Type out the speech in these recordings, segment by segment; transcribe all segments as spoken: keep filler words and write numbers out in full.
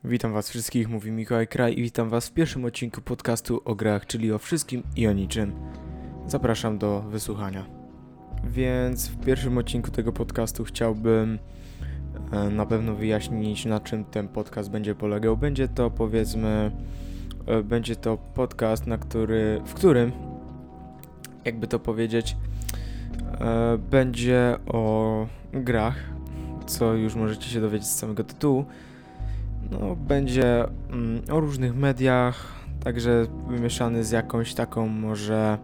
Witam was wszystkich, mówi Mikołaj Kraj i witam was w pierwszym odcinku podcastu o grach, czyli o wszystkim i o niczym. Zapraszam do wysłuchania. Więc w pierwszym odcinku tego podcastu chciałbym e, na pewno wyjaśnić, na czym ten podcast będzie polegał. Będzie to, powiedzmy, e, będzie to podcast, na który, w którym, jakby to powiedzieć, e, będzie o grach, co już możecie się dowiedzieć z samego tytułu. No, będzie mm, o różnych mediach, także wymieszany z jakąś taką może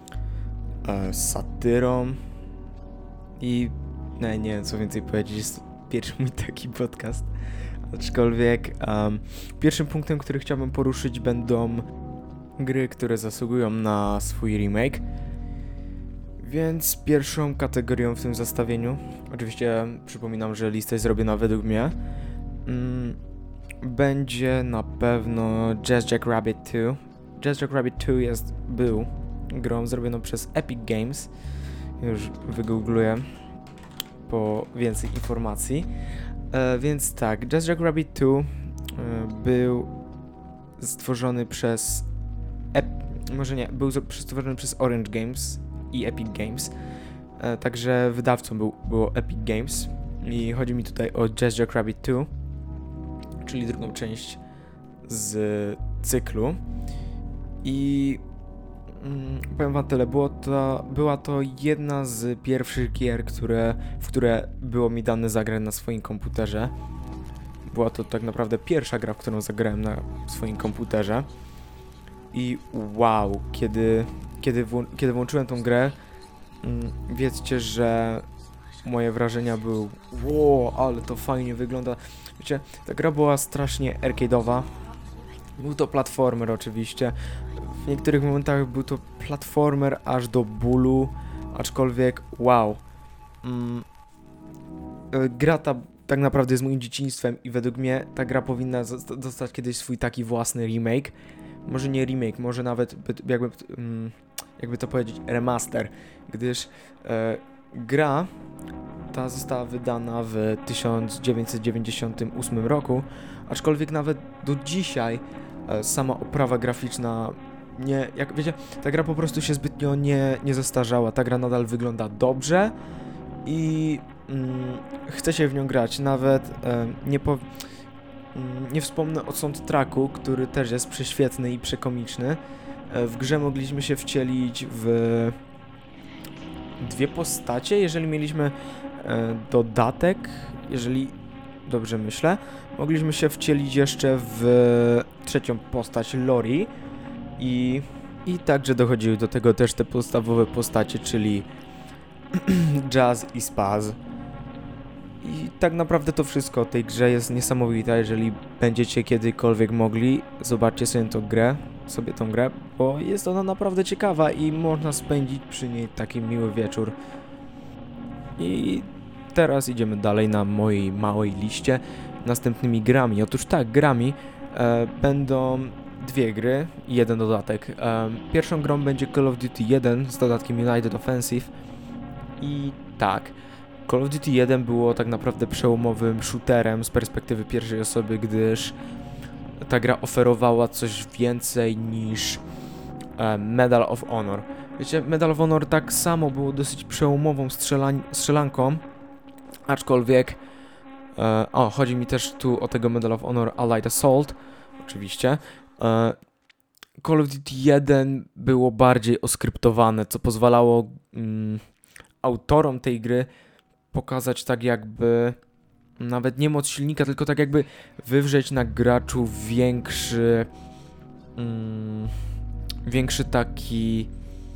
e, satyrą i no, nie wiem co więcej powiedzieć, jest to pierwszy mój taki podcast, aczkolwiek um, pierwszym punktem, który chciałbym poruszyć, będą gry, które zasługują na swój remake, więc pierwszą kategorią w tym zestawieniu, oczywiście przypominam, że lista jest zrobiona według mnie, mm, będzie na pewno Jazz Jackrabbit dwa. Jazz Jackrabbit dwa jest, był grą zrobioną przez Epic Games. Już wygoogluję po więcej informacji. E, więc tak, Jazz Jackrabbit dwa e, był stworzony przez Ep- może nie, był stworzony przez Orange Games i Epic Games. E, także wydawcą był, było Epic Games i chodzi mi tutaj o Jazz Jackrabbit dwa, czyli drugą część z cyklu. I mm, powiem wam tyle, było to, była to jedna z pierwszych gier, które, w które było mi dane zagrać na swoim komputerze. Była to tak naprawdę pierwsza gra, w którą zagrałem na swoim komputerze. I wow, kiedy, kiedy, wło- kiedy włączyłem tą grę, mm, wiedzcie, że moje wrażenia były wow, ale to fajnie wygląda. Wiecie, ta gra była strasznie arcade'owa. Był to platformer oczywiście. W niektórych momentach był to platformer aż do bólu, aczkolwiek wow. Mm, gra ta tak naprawdę jest moim dzieciństwem i według mnie ta gra powinna zosta- dostać kiedyś swój taki własny remake. Może nie remake, może nawet jakby, mm, jakby to powiedzieć remaster, gdyż e, gra ta została wydana w tysiąc dziewięćset dziewięćdziesiątym ósmym roku, aczkolwiek nawet do dzisiaj e, sama oprawa graficzna nie, jak wiecie, ta gra po prostu się zbytnio nie, nie zestarzała, ta gra nadal wygląda dobrze i mm, chce się w nią grać, nawet e, nie, po, mm, nie wspomnę o soundtracku, który też jest prześwietny i przekomiczny. E, w grze mogliśmy się wcielić w dwie postacie, jeżeli mieliśmy e, dodatek, jeżeli dobrze myślę, mogliśmy się wcielić jeszcze w trzecią postać Lori i, i także dochodziły do tego też te podstawowe postacie, czyli Jazz i Spaz. I tak naprawdę to wszystko o tej grze jest niesamowite, jeżeli będziecie kiedykolwiek mogli, zobaczcie sobie tą grę, sobie tą grę, bo jest ona naprawdę ciekawa i można spędzić przy niej taki miły wieczór. I teraz idziemy dalej na mojej małej liście następnymi grami. Otóż tak, grami e, będą dwie gry i jeden dodatek. E, pierwszą grą będzie Call of Duty jeden z dodatkiem United Offensive i tak, Call of Duty jeden było tak naprawdę przełomowym shooterem z perspektywy pierwszej osoby, gdyż ta gra oferowała coś więcej niż e, Medal of Honor. Wiecie, Medal of Honor tak samo było dosyć przełomową strzelań, strzelanką, aczkolwiek e, o, chodzi mi też tu o tego Medal of Honor Allied Assault, oczywiście. E, Call of Duty jeden było bardziej oskryptowane, co pozwalało mm, autorom tej gry pokazać tak jakby nawet nie moc silnika, tylko tak jakby wywrzeć na graczu większy mm, większy taki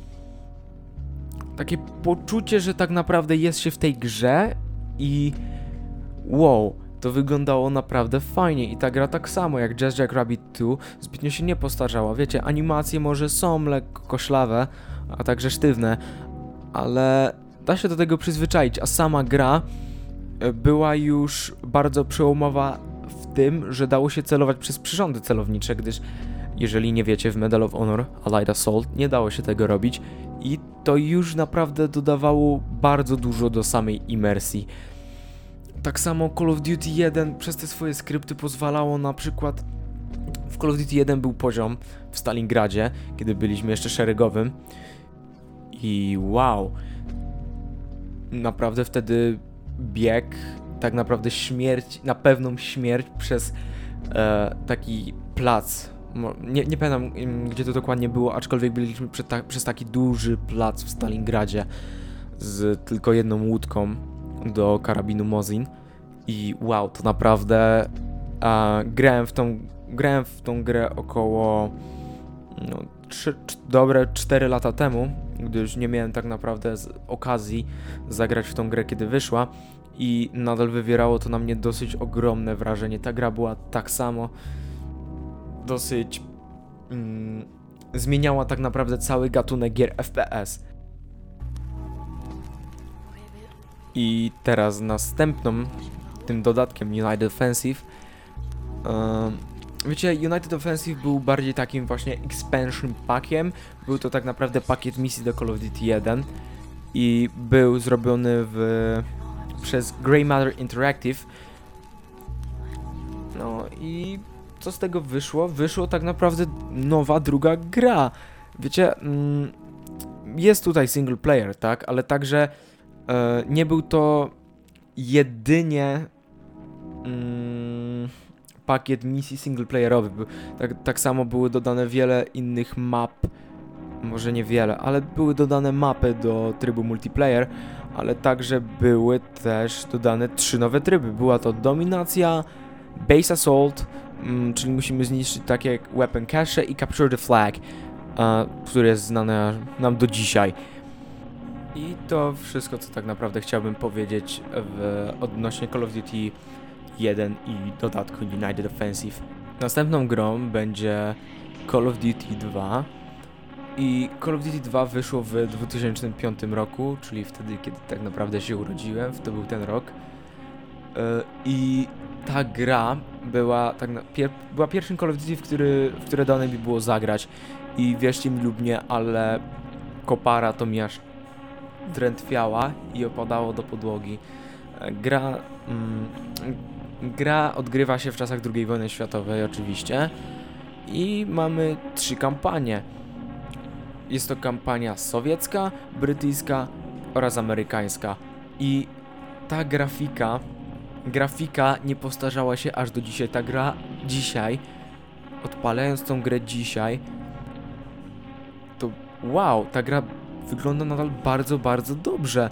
takie poczucie, że tak naprawdę jest się w tej grze i wow, to wyglądało naprawdę fajnie i ta gra tak samo jak Jazz Jackrabbit dwa zbytnio się nie postarzała. Wiecie, animacje może są lekko koszlawe, a także sztywne, ale da się do tego przyzwyczaić, a sama gra była już bardzo przełomowa w tym, że dało się celować przez przyrządy celownicze, gdyż jeżeli nie wiecie, w Medal of Honor Allied Assault nie dało się tego robić i to już naprawdę dodawało bardzo dużo do samej imersji. tak samo Call of Duty jeden przez te swoje skrypty pozwalało na przykład... W Call of Duty jeden był poziom w Stalingradzie, kiedy byliśmy jeszcze szeregowym. I wow, naprawdę wtedy bieg, tak naprawdę śmierć, na pewną śmierć przez e, taki plac. Nie, nie pamiętam, gdzie to dokładnie było, aczkolwiek byliśmy przed ta, przez taki duży plac w Stalingradzie z tylko jedną łódką do karabinu Mosin. I wow, to naprawdę e, grałem w tą grałem w tą grę około no, trzy, dobre cztery lata temu, gdyż nie miałem tak naprawdę z okazji zagrać w tą grę, kiedy wyszła, i nadal wywierało to na mnie dosyć ogromne wrażenie. Ta gra była tak samo dosyć mm, zmieniała tak naprawdę cały gatunek gier F P S. I teraz następną tym dodatkiem United Offensive um, wiecie, United Offensive był bardziej takim właśnie expansion packiem. Był to tak naprawdę pakiet misji do Call of Duty jeden i był zrobiony w, przez Grey Matter Interactive. No i co z tego wyszło? Wyszło tak naprawdę nowa, druga gra. Wiecie, mm, jest tutaj single player, tak? Ale także e, nie był to jedynie mm, pakiet misji singleplayerowy. Tak, tak samo były dodane wiele innych map, może nie wiele, ale były dodane mapy do trybu multiplayer, ale także były też dodane trzy nowe tryby. Była to dominacja, base assault, mm, czyli musimy zniszczyć takie jak weapon cache, i capture the flag, a, które jest znane nam do dzisiaj. I to wszystko, co tak naprawdę chciałbym powiedzieć w odnośnie Call of Duty jeden i dodatku United Offensive. Następną grą będzie Call of Duty dwa i Call of Duty dwa wyszło w dwa tysiące piątym roku, czyli wtedy, kiedy tak naprawdę się urodziłem, to był ten rok. Yy, I ta gra była, tak na, pier, była pierwszym Call of Duty, w, który, w które dane mi było zagrać, i wierzcie mi lub nie, ale kopara to mi aż drętwiała i opadało do podłogi. Gra... Mm, Gra odgrywa się w czasach drugiej wojny światowej oczywiście i mamy trzy kampanie. Jest to kampania sowiecka, brytyjska oraz amerykańska. I ta grafika, grafika nie postarzała się aż do dzisiaj. Ta gra dzisiaj, odpalając tą grę dzisiaj, to wow, ta gra wygląda nadal bardzo, bardzo dobrze.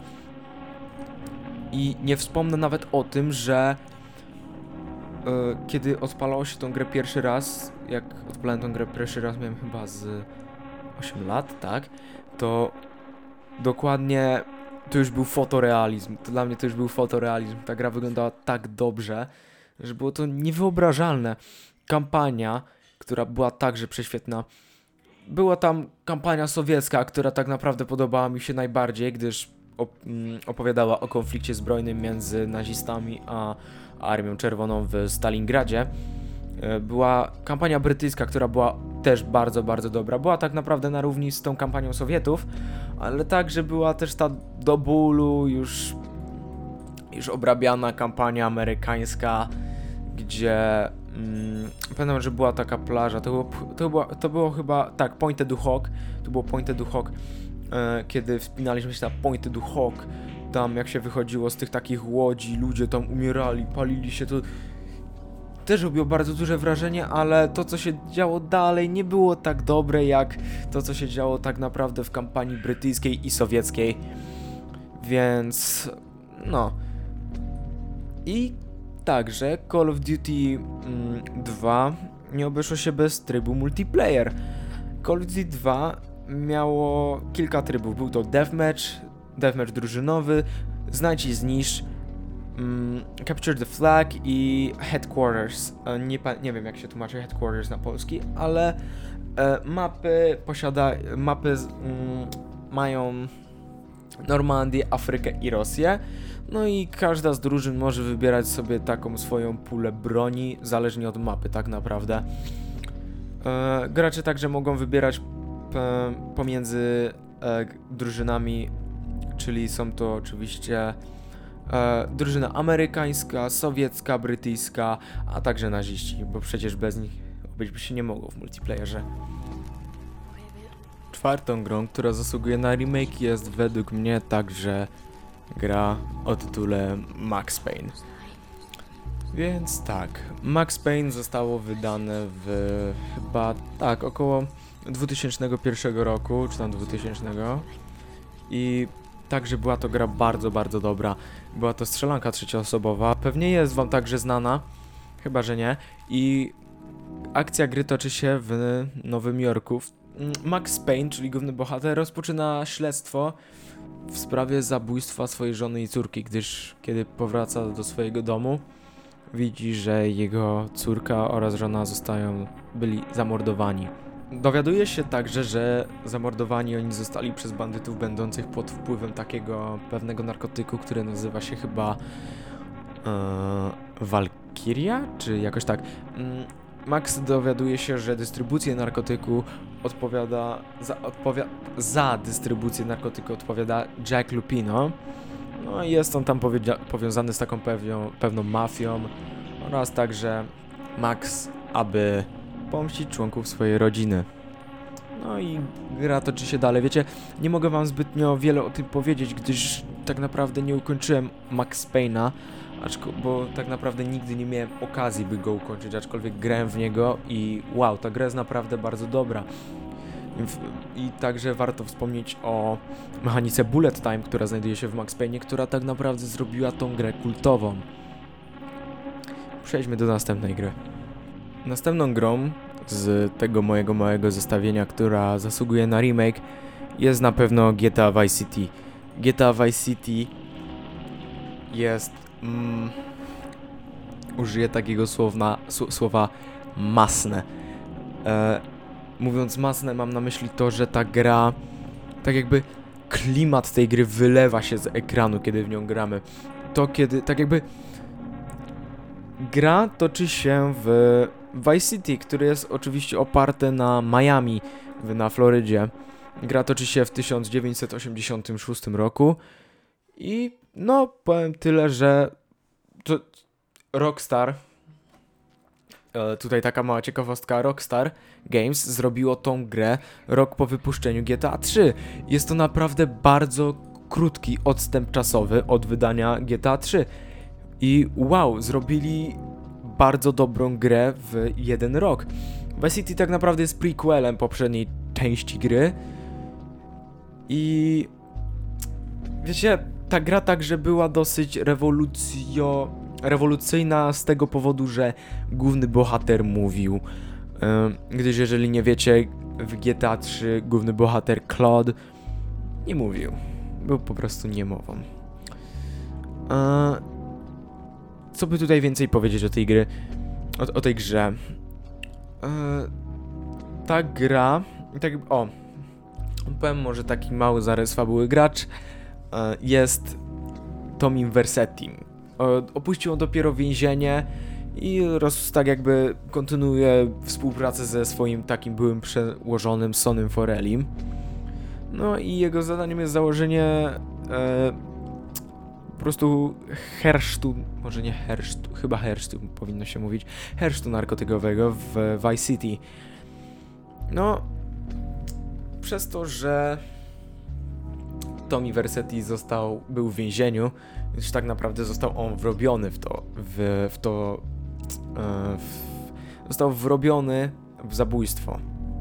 I nie wspomnę nawet o tym, że kiedy odpalało się tą grę pierwszy raz, jak odpalałem tą grę pierwszy raz, miałem chyba z osiem lat, tak, to dokładnie to już był fotorealizm, to dla mnie to już był fotorealizm, ta gra wyglądała tak dobrze, że było to niewyobrażalne. Kampania, która była także prześwietna, była tam kampania sowiecka, która tak naprawdę podobała mi się najbardziej, gdyż op- opowiadała o konflikcie zbrojnym między nazistami a Armią Czerwoną w Stalingradzie. Była kampania brytyjska, która była też bardzo, bardzo dobra. Była tak naprawdę na równi z tą kampanią Sowietów, ale także była też ta do bólu już, już obrabiana kampania amerykańska, gdzie mm, pamiętam, że była taka plaża, to było, to było, to było chyba, tak, Pointe du Hoc, to było Pointe du Hoc, e, kiedy wspinaliśmy się na Pointe du Hoc. Tam jak się wychodziło z tych takich łodzi, ludzie tam umierali, palili się, to też robiło bardzo duże wrażenie, ale to, co się działo dalej, nie było tak dobre jak to, co się działo tak naprawdę w kampanii brytyjskiej i sowieckiej. Więc no. I także Call of Duty mm, dwa nie obeszło się bez trybu multiplayer. Call of Duty dwa miało kilka trybów. Był to Deathmatch, Deathmatch drużynowy, Znajdź i zniszcz, um, Capture the Flag i Headquarters. E, nie, nie wiem, jak się tłumaczy Headquarters na polski, ale e, mapy posiada, mapy z, mm, mają Normandię, Afrykę i Rosję. No i każda z drużyn może wybierać sobie taką swoją pulę broni, zależnie od mapy tak naprawdę. E, gracze także mogą wybierać p- pomiędzy e, drużynami, czyli są to oczywiście E, drużyna amerykańska, sowiecka, brytyjska, a także naziści, bo przecież bez nich być by się nie mogło w multiplayerze. Czwartą grą, która zasługuje na remake, jest według mnie także gra o tytule Max Payne. Więc tak, Max Payne zostało wydane w chyba tak około dwutysięcznego pierwszego roku, czy tam dwutysięcznego i także była to gra bardzo, bardzo dobra. Była to strzelanka trzecioosobowa, pewnie jest wam także znana, chyba że nie. I akcja gry toczy się w Nowym Jorku. Max Payne, czyli główny bohater, rozpoczyna śledztwo w sprawie zabójstwa swojej żony i córki, gdyż kiedy powraca do swojego domu, widzi, że jego córka oraz żona zostają, byli zamordowani. Dowiaduje się także, że zamordowani oni zostali przez bandytów będących pod wpływem takiego pewnego narkotyku, który nazywa się chyba yy, Valkyria, czy jakoś tak. Yy, Max dowiaduje się, że dystrybucję narkotyku odpowiada, za, odpowia, za dystrybucję narkotyku odpowiada Jack Lupino. No i jest on tam powiedzia- powiązany z taką pewną, pewną mafią oraz także Max, aby pomścić członków swojej rodziny. No i gra toczy się dalej. Wiecie, nie mogę wam zbytnio wiele o tym powiedzieć, gdyż tak naprawdę nie ukończyłem Max Payne'a, bo tak naprawdę nigdy nie miałem okazji, by go ukończyć, aczkolwiek grałem w niego i wow, ta gra jest naprawdę bardzo dobra. I, i także warto wspomnieć o mechanice Bullet Time, która znajduje się w Max Payne'ie, która tak naprawdę zrobiła tą grę kultową. Przejdźmy do następnej gry. Następną grą z tego mojego małego zestawienia, która zasługuje na remake, jest na pewno G T A Vice City. G T A Vice City jest... Mm, użyję takiego słowna, s- słowa masne. E, mówiąc masne, mam na myśli to, że ta gra, tak jakby klimat tej gry wylewa się z ekranu, kiedy w nią gramy. To kiedy, tak jakby gra toczy się w Vice City, który jest oczywiście oparty na Miami, na Florydzie. Gra toczy się w tysiąc dziewięćset osiemdziesiątym szóstym roku i no powiem tyle, że to Rockstar, e, tutaj taka mała ciekawostka, Rockstar Games zrobiło tą grę rok po wypuszczeniu G T A trzy. Jest to naprawdę bardzo krótki odstęp czasowy od wydania G T A trzy. I wow, zrobili bardzo dobrą grę w jeden rok. Vice City tak naprawdę jest prequelem poprzedniej części gry. I wiecie, ta gra także była dosyć rewolucjo... rewolucyjna z tego powodu, że główny bohater mówił. Yy, gdyż jeżeli nie wiecie, w G T A trzy główny bohater Claude nie mówił. Był po prostu niemową. Yy, Co by tutaj więcej powiedzieć o tej gry, o, o tej grze? Yy, ta gra, tak, o, powiem może taki mały zarys fabuły. Gracz yy, jest Tomim Vercetti. Yy, opuścił on dopiero więzienie i roz, tak jakby kontynuuje współpracę ze swoim takim byłym przełożonym Sonym Forellim. No i jego zadaniem jest założenie yy, po prostu hersztu, może nie hersztu, chyba hersztu powinno się mówić, hersztu narkotykowego w Vice City. No, przez to, że Tommy Vercetti został, był w więzieniu, więc tak naprawdę został on wrobiony w to, w, w to, e, w, został wrobiony w zabójstwo.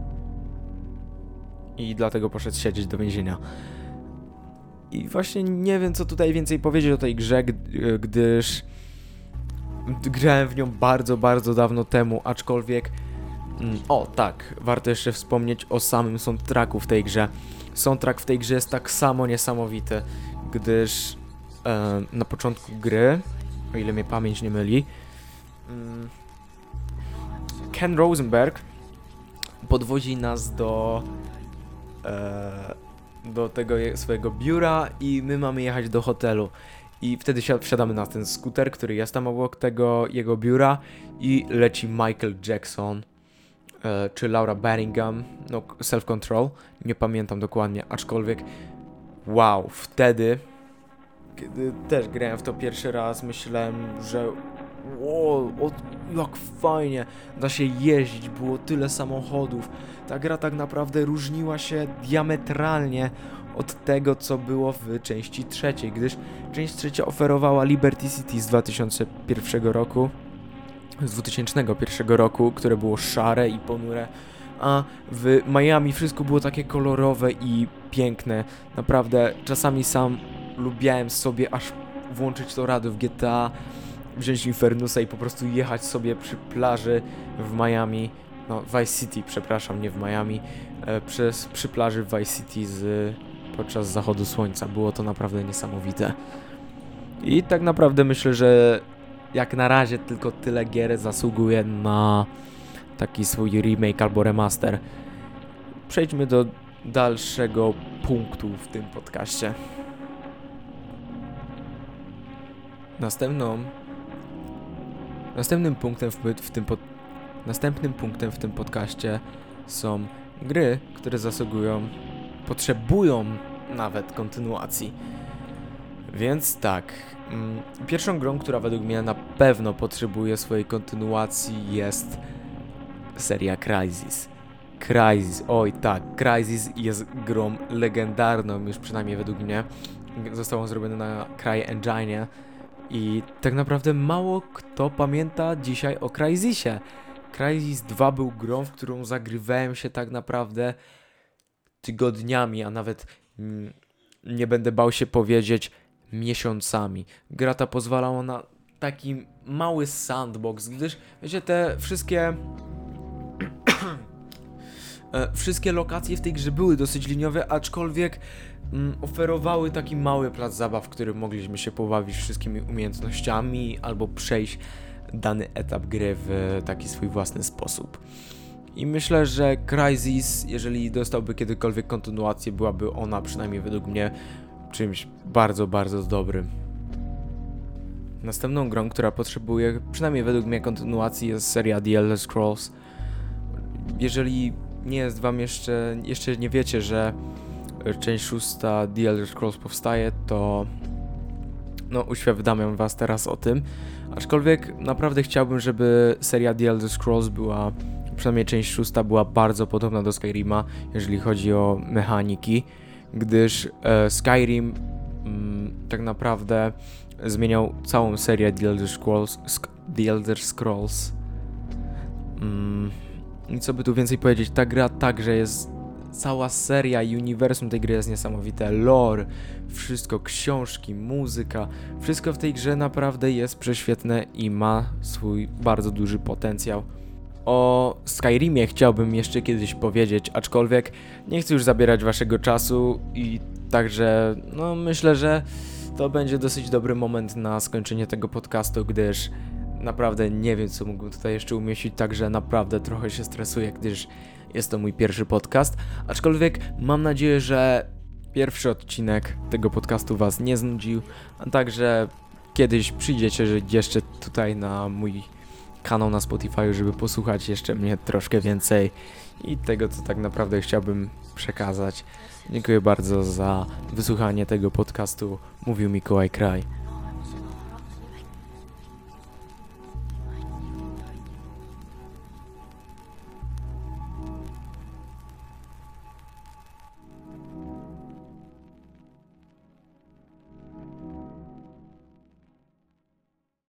I dlatego poszedł siedzieć do więzienia. I właśnie nie wiem, co tutaj więcej powiedzieć o tej grze, gdyż grałem w nią bardzo, bardzo dawno temu, aczkolwiek... O, tak, warto jeszcze wspomnieć o samym soundtracku w tej grze. Soundtrack w tej grze jest tak samo niesamowity, gdyż e, na początku gry, o ile mnie pamięć nie myli, Ken Rosenberg podwozi nas do... E, do tego swojego biura i my mamy jechać do hotelu. I wtedy wsiadamy na ten skuter, który jest tam obok tego jego biura i leci Michael Jackson e, czy Laura Barringham, no Self Control, nie pamiętam dokładnie, aczkolwiek wow, wtedy Kiedy też grałem w to pierwszy raz, myślałem, że wow, o, jak fajnie, da się jeździć, było tyle samochodów. Ta gra tak naprawdę różniła się diametralnie od tego, co było w części trzeciej, gdyż część trzecia oferowała Liberty City z dwa tysiące pierwszego roku, z dwutysięcznego pierwszego roku, które było szare i ponure, a w Miami wszystko było takie kolorowe i piękne. Naprawdę czasami sam lubiałem sobie aż włączyć to radio w G T A, wziąć Infernusa i po prostu jechać sobie przy plaży w Miami, no Vice City, przepraszam, nie w Miami, e, przez, przy plaży w Vice City z, podczas zachodu słońca. Było to naprawdę niesamowite. I tak naprawdę myślę, że jak na razie tylko tyle gier zasługuje na taki swój remake albo remaster. Przejdźmy do dalszego punktu w tym podcaście. Następną Następnym punktem w, w tym pod, następnym punktem w tym podcaście są gry, które zasługują, potrzebują nawet kontynuacji. Więc tak, mm, pierwszą grą, która według mnie na pewno potrzebuje swojej kontynuacji, jest seria Crysis. Crysis, oj tak, Crysis jest grą legendarną, już przynajmniej według mnie. Został on zrobiony na CryEngine i tak naprawdę mało kto pamięta dzisiaj o Crysisie. Crysis dwa był grą, w którą zagrywałem się tak naprawdę tygodniami, a nawet mm, nie będę bał się powiedzieć miesiącami. Gra ta pozwalała na taki mały sandbox, gdyż wiecie, te wszystkie e, wszystkie lokacje w tej grze były dosyć liniowe, aczkolwiek mm, oferowały taki mały plac zabaw, w którym mogliśmy się pobawić wszystkimi umiejętnościami albo przejść dany etap gry w taki swój własny sposób. I myślę, że Crysis, jeżeli dostałby kiedykolwiek kontynuację, byłaby ona przynajmniej według mnie czymś bardzo, bardzo dobrym. Następną grą, która potrzebuje przynajmniej według mnie kontynuacji, jest seria The Elder Scrolls. Jeżeli nie jest wam jeszcze, jeszcze nie wiecie, że część szósta The Elder Scrolls powstaje, to no uświadamiam was teraz o tym. Aczkolwiek naprawdę chciałbym, żeby seria The Elder Scrolls była, przynajmniej część szósta była bardzo podobna do Skyrima, jeżeli chodzi o mechaniki, gdyż e, Skyrim mm, tak naprawdę zmieniał całą serię The Elder Scrolls. Sk- The Elder Scrolls. Mm, I co by tu więcej powiedzieć, ta gra także jest, cała seria i uniwersum tej gry jest niesamowite. Lore, wszystko, książki, muzyka, wszystko w tej grze naprawdę jest prześwietne i ma swój bardzo duży potencjał. O Skyrimie chciałbym jeszcze kiedyś powiedzieć, aczkolwiek nie chcę już zabierać waszego czasu i także no myślę, że to będzie dosyć dobry moment na skończenie tego podcastu, gdyż naprawdę nie wiem, co mógłbym tutaj jeszcze umieścić, także naprawdę trochę się stresuję, gdyż jest to mój pierwszy podcast, aczkolwiek mam nadzieję, że pierwszy odcinek tego podcastu was nie znudził, a także kiedyś przyjdziecie jeszcze tutaj na mój kanał na Spotify, żeby posłuchać jeszcze mnie troszkę więcej i tego, co tak naprawdę chciałbym przekazać. Dziękuję bardzo za wysłuchanie tego podcastu. Mówił Mikołaj Kraj.